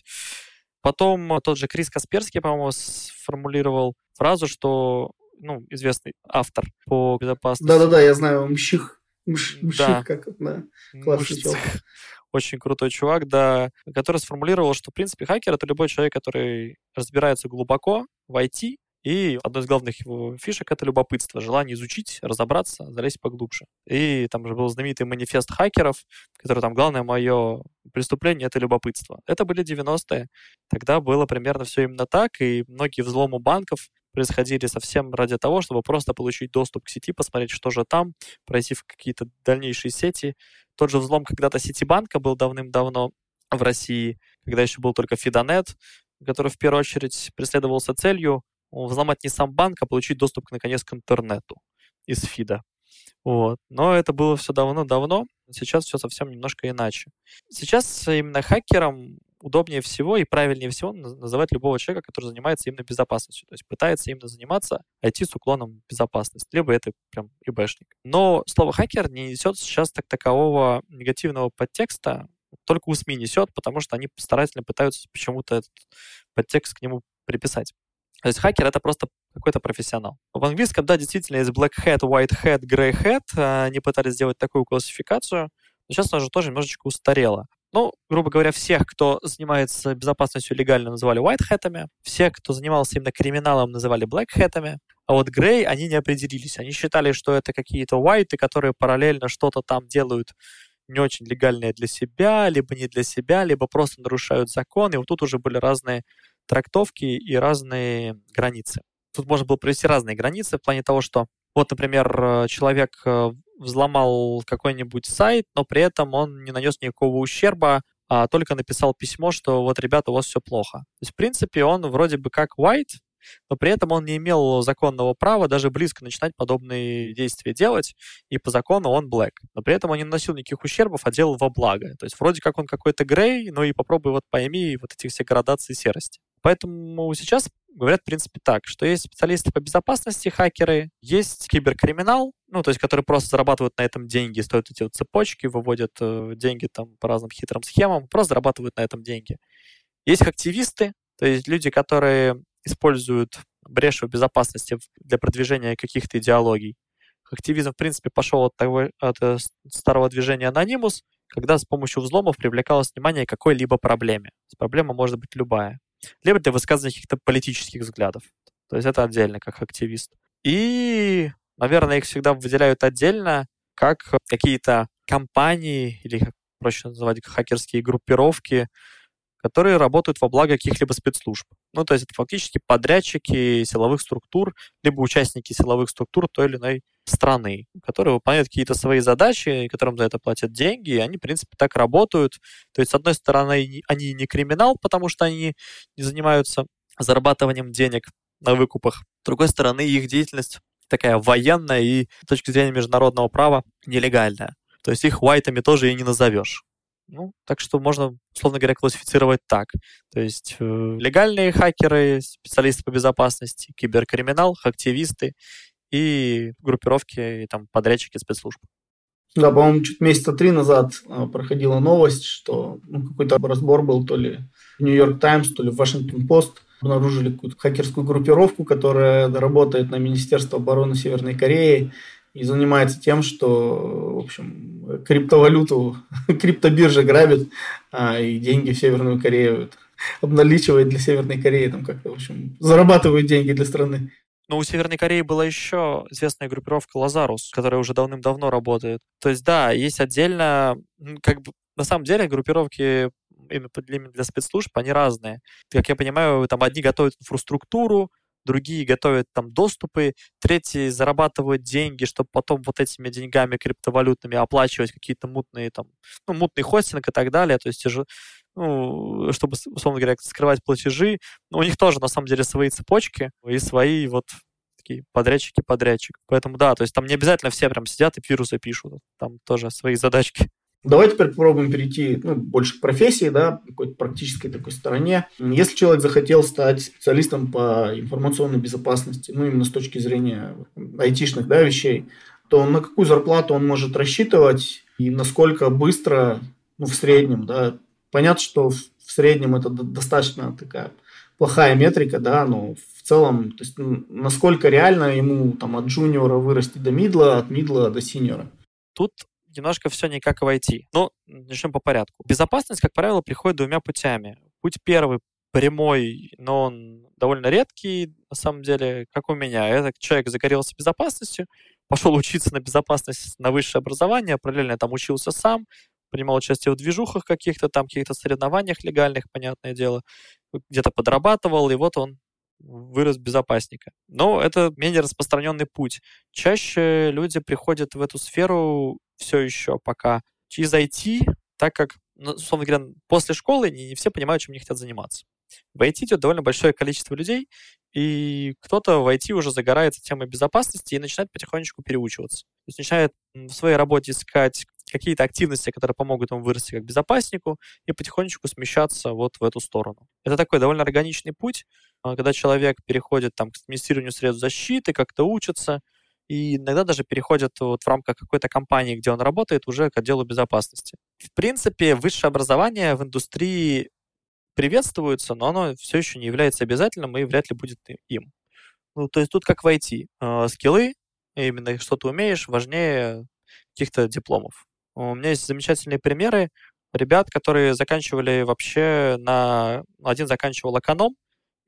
Потом тот же Крис Касперский, по-моему, сформулировал фразу, что, ну, известный автор по безопасности. Да-да-да, я знаю, Мщих. Мш, Мщих, да. как да, классный чувак. Очень крутой чувак, да, который сформулировал, что, в принципе, хакер — это любой человек, который разбирается глубоко в ай ти, и одной из главных его фишек — это любопытство, желание изучить, разобраться, залезть поглубже. И там же был знаменитый манифест хакеров, который там главное мое преступление — это любопытство. Это были девяностые. Тогда было примерно все именно так, и многие взломы банков происходили совсем ради того, чтобы просто получить доступ к сети, посмотреть, что же там, пройти в какие-то дальнейшие сети. Тот же взлом когда-то Ситибанка был давным-давно в России, когда еще был только Фидонет, который в первую очередь преследовался целью взломать не сам банк, а получить доступ, наконец, к интернету из фида. Вот. Но это было все давно-давно, сейчас все совсем немножко иначе. Сейчас именно хакером удобнее всего и правильнее всего называть любого человека, который занимается именно безопасностью, то есть пытается именно заниматься ай ти с уклоном в безопасность, либо это прям ИБшник. Но слово «хакер» не несет сейчас так такового негативного подтекста, только у СМИ несет, потому что они старательно пытаются почему-то этот подтекст к нему приписать. То есть хакер — это просто какой-то профессионал. В английском, да, действительно есть black hat, white hat, grey hat. Они пытались сделать такую классификацию, но сейчас она уже тоже немножечко устарела. Ну, грубо говоря, всех, кто занимается безопасностью легально, называли white hat'ами, всех, кто занимался именно криминалом, называли black hat'ами, а вот grey они не определились. Они считали, что это какие-то white, которые параллельно что-то там делают не очень легальное для себя, либо не для себя, либо просто нарушают закон. И вот тут уже были разные трактовки и разные границы. Тут можно было провести разные границы в плане того, что вот, например, человек взломал какой-нибудь сайт, но при этом он не нанес никакого ущерба, а только написал письмо, что вот, ребята, у вас все плохо. То есть, в принципе, он вроде бы как white, но при этом он не имел законного права даже близко начинать подобные действия делать, и по закону он black. Но при этом он не наносил никаких ущербов, а делал во благо. То есть вроде как он какой-то грей, но и попробуй вот пойми вот эти все градации серости. Поэтому сейчас говорят, в принципе, так, что есть специалисты по безопасности, хакеры, есть киберкриминал, ну, то есть, которые просто зарабатывают на этом деньги, стоят эти вот цепочки, выводят э, деньги там по разным хитрым схемам, просто зарабатывают на этом деньги. Есть активисты, то есть люди, которые используют бреши в безопасности для продвижения каких-то идеологий. Активизм, в принципе, пошел от, того, от э, старого движения Anonymous, когда с помощью взломов привлекалось внимание к какой-либо проблеме. Проблема может быть любая. Либо для высказывания каких-то политических взглядов. То есть это отдельно, как активист. И, наверное, их всегда выделяют отдельно, как какие-то компании, или, как проще называть, хакерские группировки, которые работают во благо каких-либо спецслужб. Ну, то есть это фактически подрядчики силовых структур, либо участники силовых структур той или иной страны, которые выполняют какие-то свои задачи, которым за это платят деньги, и они, в принципе, так работают. То есть, с одной стороны, они не криминал, потому что они не занимаются зарабатыванием денег на выкупах. С другой стороны, их деятельность такая военная и с точки зрения международного права нелегальная. То есть их уайтами тоже и не назовешь. Ну, так что можно, условно говоря, классифицировать так. То есть э, легальные хакеры, специалисты по безопасности, киберкриминал, активисты и группировки, и там подрядчики спецслужб. Да, по-моему, чуть месяца три назад а, проходила новость, что ну, какой-то разбор был то ли в Нью-Йорк Таймс, то ли в Вашингтон Пост. Обнаружили какую-то хакерскую группировку, которая работает на Министерство обороны Северной Кореи и занимается тем, что, в общем, криптовалюту, криптобиржа грабит, а, и деньги в Северную Корею обналичивает для Северной Кореи, там как-то, в общем, зарабатывают деньги для страны. Но у Северной Кореи была еще известная группировка Лазарус, которая уже давным-давно работает. То есть, да, есть отдельно, как бы, на самом деле, группировки именно для спецслужб, они разные. Как я понимаю, там одни готовят инфраструктуру, другие готовят там доступы, третьи зарабатывают деньги, чтобы потом вот этими деньгами криптовалютными оплачивать какие-то мутные там, ну, мутный хостинг и так далее. То есть, ну, чтобы, условно говоря, скрывать платежи. Но у них тоже, на самом деле, свои цепочки и свои вот такие подрядчики-подрядчик. Поэтому, да, то есть там не обязательно все прям сидят и вирусы пишут. Там тоже свои задачки. Давай теперь попробуем перейти ну, больше к профессии, да, какой-то практической такой стороне. Если человек захотел стать специалистом по информационной безопасности, ну, именно с точки зрения айтишных, да, вещей, то на какую зарплату он может рассчитывать и насколько быстро, ну, в среднем, да. Понятно, что в среднем это достаточно такая плохая метрика, да, но в целом, то есть, насколько реально ему там от джуниора вырасти до мидла, от мидла до синьора. Тут немножко все не как в ай ти. Но начнем по порядку. Безопасность, как правило, приходит двумя путями. Путь первый прямой, но он довольно редкий, на самом деле, как у меня. Это человек загорелся безопасностью, пошел учиться на безопасность на высшее образование, параллельно там учился сам, принимал участие в движухах каких-то там, каких-то соревнованиях легальных, понятное дело, где-то подрабатывал, и вот он вырос безопасника. Но это менее распространенный путь. Чаще люди приходят в эту сферу все еще пока через ай ти, так как, ну, условно говоря, после школы не, не все понимают, чем они хотят заниматься. В ай ти идет довольно большое количество людей, и кто-то в ай ти уже загорается темой безопасности и начинает потихонечку переучиваться. То есть начинает в своей работе искать какие-то активности, которые помогут ему вырасти как безопаснику, и потихонечку смещаться вот в эту сторону. Это такой довольно органичный путь, когда человек переходит там, к администрированию средств защиты, как-то учится, и иногда даже переходит вот в рамках какой-то компании, где он работает, уже к отделу безопасности. В принципе, высшее образование в индустрии приветствуется, но оно все еще не является обязательным и вряд ли будет им. Ну, то есть тут как в ай ти. Э, скиллы, именно что ты умеешь, важнее каких-то дипломов. У меня есть замечательные примеры ребят, которые заканчивали вообще на... Один заканчивал эконом,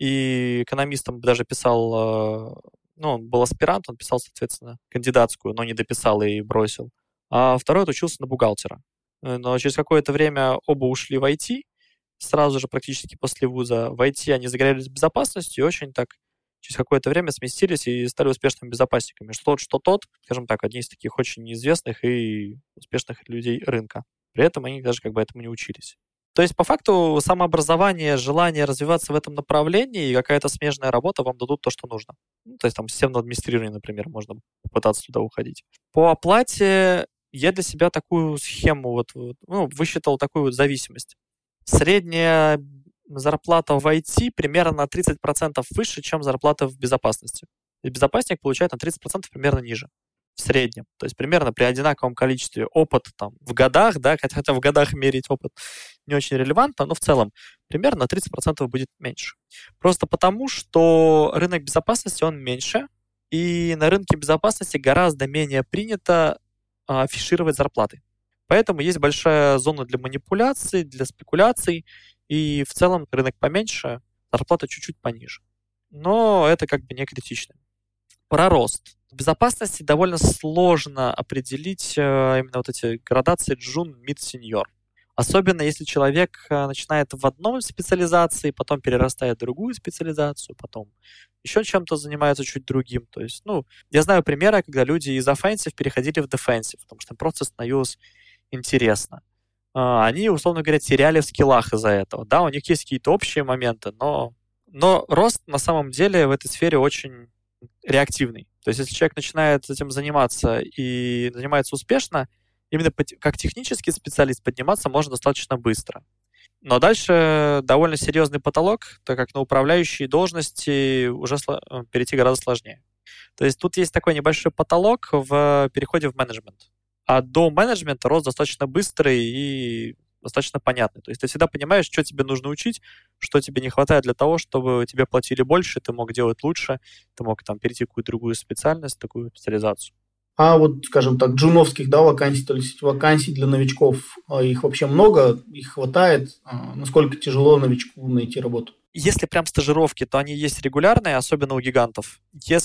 и экономистом даже писал... Ну, он был аспирант, он писал, соответственно, кандидатскую, но не дописал и бросил. А второй отучился на бухгалтера. Но через какое-то время оба ушли в ай ти, сразу же практически после вуза. В ай ти они загорелись безопасностью и очень так через какое-то время сместились и стали успешными безопасниками. Что тот, что тот, скажем так, одни из таких очень неизвестных и успешных людей рынка. При этом они даже как бы этому не учились. То есть, по факту, самообразование, желание развиваться в этом направлении и какая-то смежная работа вам дадут то, что нужно. Ну, то есть, там, системное администрирование, например, можно попытаться туда уходить. По оплате я для себя такую схему, вот, вот, ну, высчитал такую вот зависимость. Средняя зарплата в ай ти примерно на тридцать процентов выше, чем зарплата в безопасности. И безопасник получает на тридцать процентов примерно ниже. В среднем. То есть примерно при одинаковом количестве опыта там, в годах, да, хотя, хотя в годах мерить опыт не очень релевантно, но в целом примерно на тридцать процентов будет меньше. Просто потому, что рынок безопасности, он меньше, и на рынке безопасности гораздо менее принято а, афишировать зарплаты. Поэтому есть большая зона для манипуляций, для спекуляций, и в целом рынок поменьше, зарплата чуть-чуть пониже. Но это как бы не критично. Про рост. В безопасности довольно сложно определить э, именно вот эти градации джун, мид, сеньор. Особенно если человек э, начинает в одном специализации, потом перерастает в другую специализацию, потом еще чем-то занимается чуть другим. То есть, ну, я знаю примеры, когда люди из offensive переходили в defensive, потому что им просто становилось интересно. Э, они, условно говоря, теряли в скиллах из-за этого. Да, у них есть какие-то общие моменты, но, но рост на самом деле в этой сфере очень реактивный. То есть если человек начинает этим заниматься и занимается успешно, именно как технический специалист подниматься можно достаточно быстро. Но дальше довольно серьезный потолок, так как на управляющие должности уже сло- перейти гораздо сложнее. То есть тут есть такой небольшой потолок в переходе в менеджмент. А до менеджмента рост достаточно быстрый и достаточно понятный. То есть ты всегда понимаешь, что тебе нужно учить, что тебе не хватает для того, чтобы тебе платили больше, ты мог делать лучше, ты мог там перейти в какую-то другую специальность, такую специализацию. А вот, скажем так, джуновских, да, вакансий, то есть вакансий для новичков, их вообще много, их хватает? Насколько тяжело новичку найти работу? Если прям стажировки, то они есть регулярные, особенно у гигантов.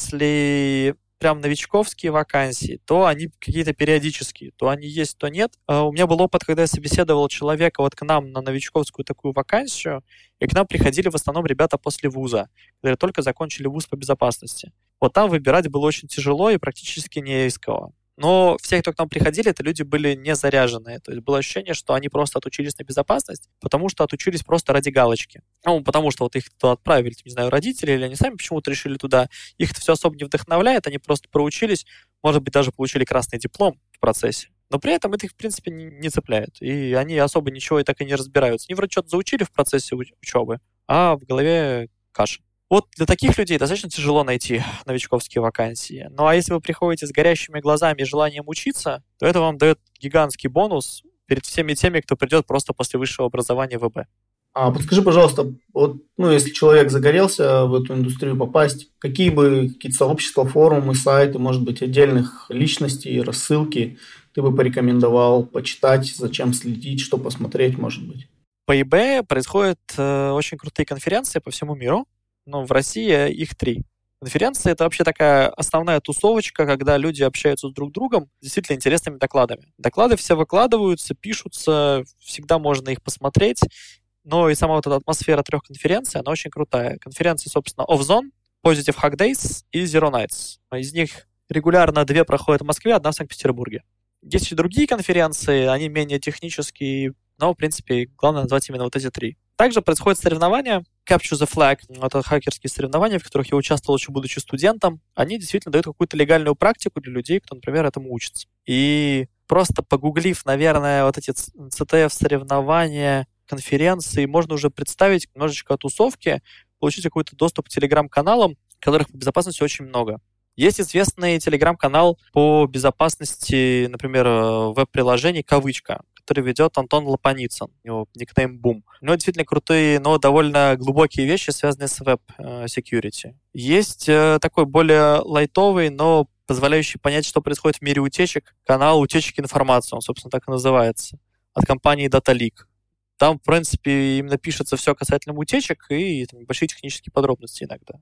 Если прям новичковские вакансии, то они какие-то периодические, то они есть, то нет. Uh, у меня был опыт, когда я собеседовал человека вот к нам на новичковскую такую вакансию, и к нам приходили в основном ребята после вуза, которые только закончили вуз по безопасности. Вот там выбирать было очень тяжело и практически не из кого. Но все, кто к нам приходили, это люди были не заряженные. То есть было ощущение, что они просто отучились на безопасность, потому что отучились просто ради галочки. Ну, потому что вот их туда отправили, не знаю, родители, или они сами почему-то решили туда. Их это все особо не вдохновляет, они просто проучились, может быть, даже получили красный диплом в процессе. Но при этом это их, в принципе, не, не цепляет. И они особо ничего и так и не разбираются. Они вроде что-то заучили в процессе уч- учебы, а в голове каша. Вот для таких людей достаточно тяжело найти новичковские вакансии. Ну а если вы приходите с горящими глазами и желанием учиться, то это вам дает гигантский бонус перед всеми теми, кто придет просто после высшего образования в ИБ. А подскажи, пожалуйста, вот, ну, если человек загорелся в эту индустрию попасть, какие бы какие-то сообщества, форумы, сайты, может быть, отдельных личностей, рассылки ты бы порекомендовал почитать, зачем следить, что посмотреть, может быть? По ИБ происходят э, очень крутые конференции по всему миру. Но в России их три. Конференция — это вообще такая основная тусовочка, когда люди общаются с друг другом с действительно интересными докладами. Доклады все выкладываются, пишутся, всегда можно их посмотреть. Но и сама вот эта атмосфера трех конференций, она очень крутая. Конференции, собственно, Off-Zone, Positive Hack Days и Zero Nights. Из них регулярно две проходят в Москве, одна в Санкт-Петербурге. Есть и другие конференции, они менее технические, но, в принципе, главное назвать именно вот эти три. Также происходят соревнования. Capture the Flag — это хакерские соревнования, в которых я участвовал еще будучи студентом. Они действительно дают какую-то легальную практику для людей, кто, например, этому учится. И просто погуглив, наверное, вот эти си ти эф-соревнования, конференции, можно уже представить немножечко о тусовке, получить какой-то доступ к телеграм-каналам, которых по безопасности очень много. Есть известный телеграм-канал по безопасности, например, веб-приложений «Кавычка», который ведет Антон Лопаницын, у него никнейм Бум. У него действительно крутые, но довольно глубокие вещи, связанные с веб-секьюрити. Есть такой более лайтовый, но позволяющий понять, что происходит в мире утечек, канал «Утечки информации», он, собственно, так и называется, от компании DataLeak. Там, в принципе, именно пишется все касательно утечек и там, небольшие технические подробности иногда.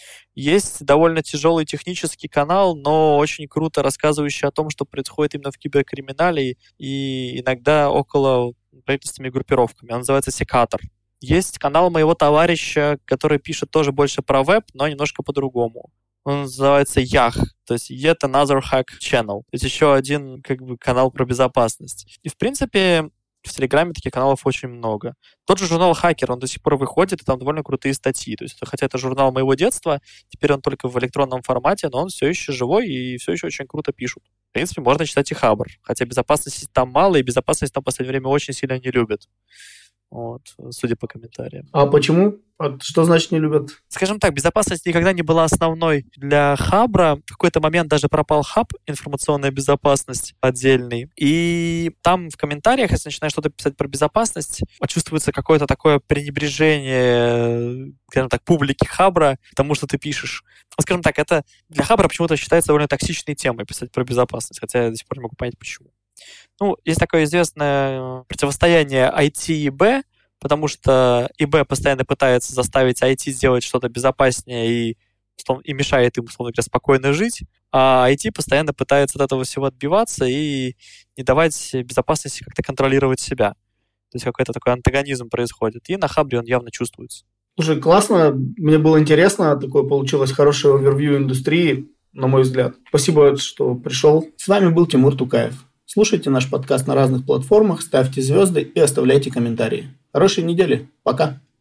Есть довольно тяжелый технический канал, но очень круто рассказывающий о том, что происходит именно в киберкриминале и иногда около правительственными группировками. Он называется Секатор. Есть канал моего товарища, который пишет тоже больше про веб, но немножко по-другому. Он называется Ях, то есть Yet Another Hack Channel. То есть еще один как бы канал про безопасность. И, в принципе, в Телеграме таких каналов очень много. Тот же журнал «Хакер», он до сих пор выходит, и там довольно крутые статьи. То есть, хотя это журнал моего детства, теперь он только в электронном формате, но он все еще живой и все еще очень круто пишут. В принципе, можно читать и Хабр, хотя безопасности там мало, и безопасность там в последнее время очень сильно не любят. вот, судя по комментариям. А почему? Что значит не любят? Скажем так, безопасность никогда не была основной для Хабра. В какой-то момент даже пропал хаб «Информационная безопасность» отдельный. И там в комментариях, если начинаешь что-то писать про безопасность, чувствуется какое-то такое пренебрежение, скажем так, публики Хабра к тому, что ты пишешь. Скажем так, это для Хабра почему-то считается довольно токсичной темой писать про безопасность, хотя я до сих пор не могу понять, почему. Ну, есть такое известное противостояние ай ти и бэ, потому что и бэ постоянно пытается заставить ай ти сделать что-то безопаснее и, и мешает им, условно говоря, спокойно жить, а ай ти постоянно пытается от этого всего отбиваться и не давать безопасности как-то контролировать себя. То есть какой-то такой антагонизм происходит. И на Хабре он явно чувствуется. Слушай, классно. Мне было интересно. Такое получилось хорошее овервью индустрии, на мой взгляд. Спасибо, что пришел. С вами был Тимур Тукаев. Слушайте наш подкаст на разных платформах, ставьте звезды и оставляйте комментарии. Хорошей недели. Пока.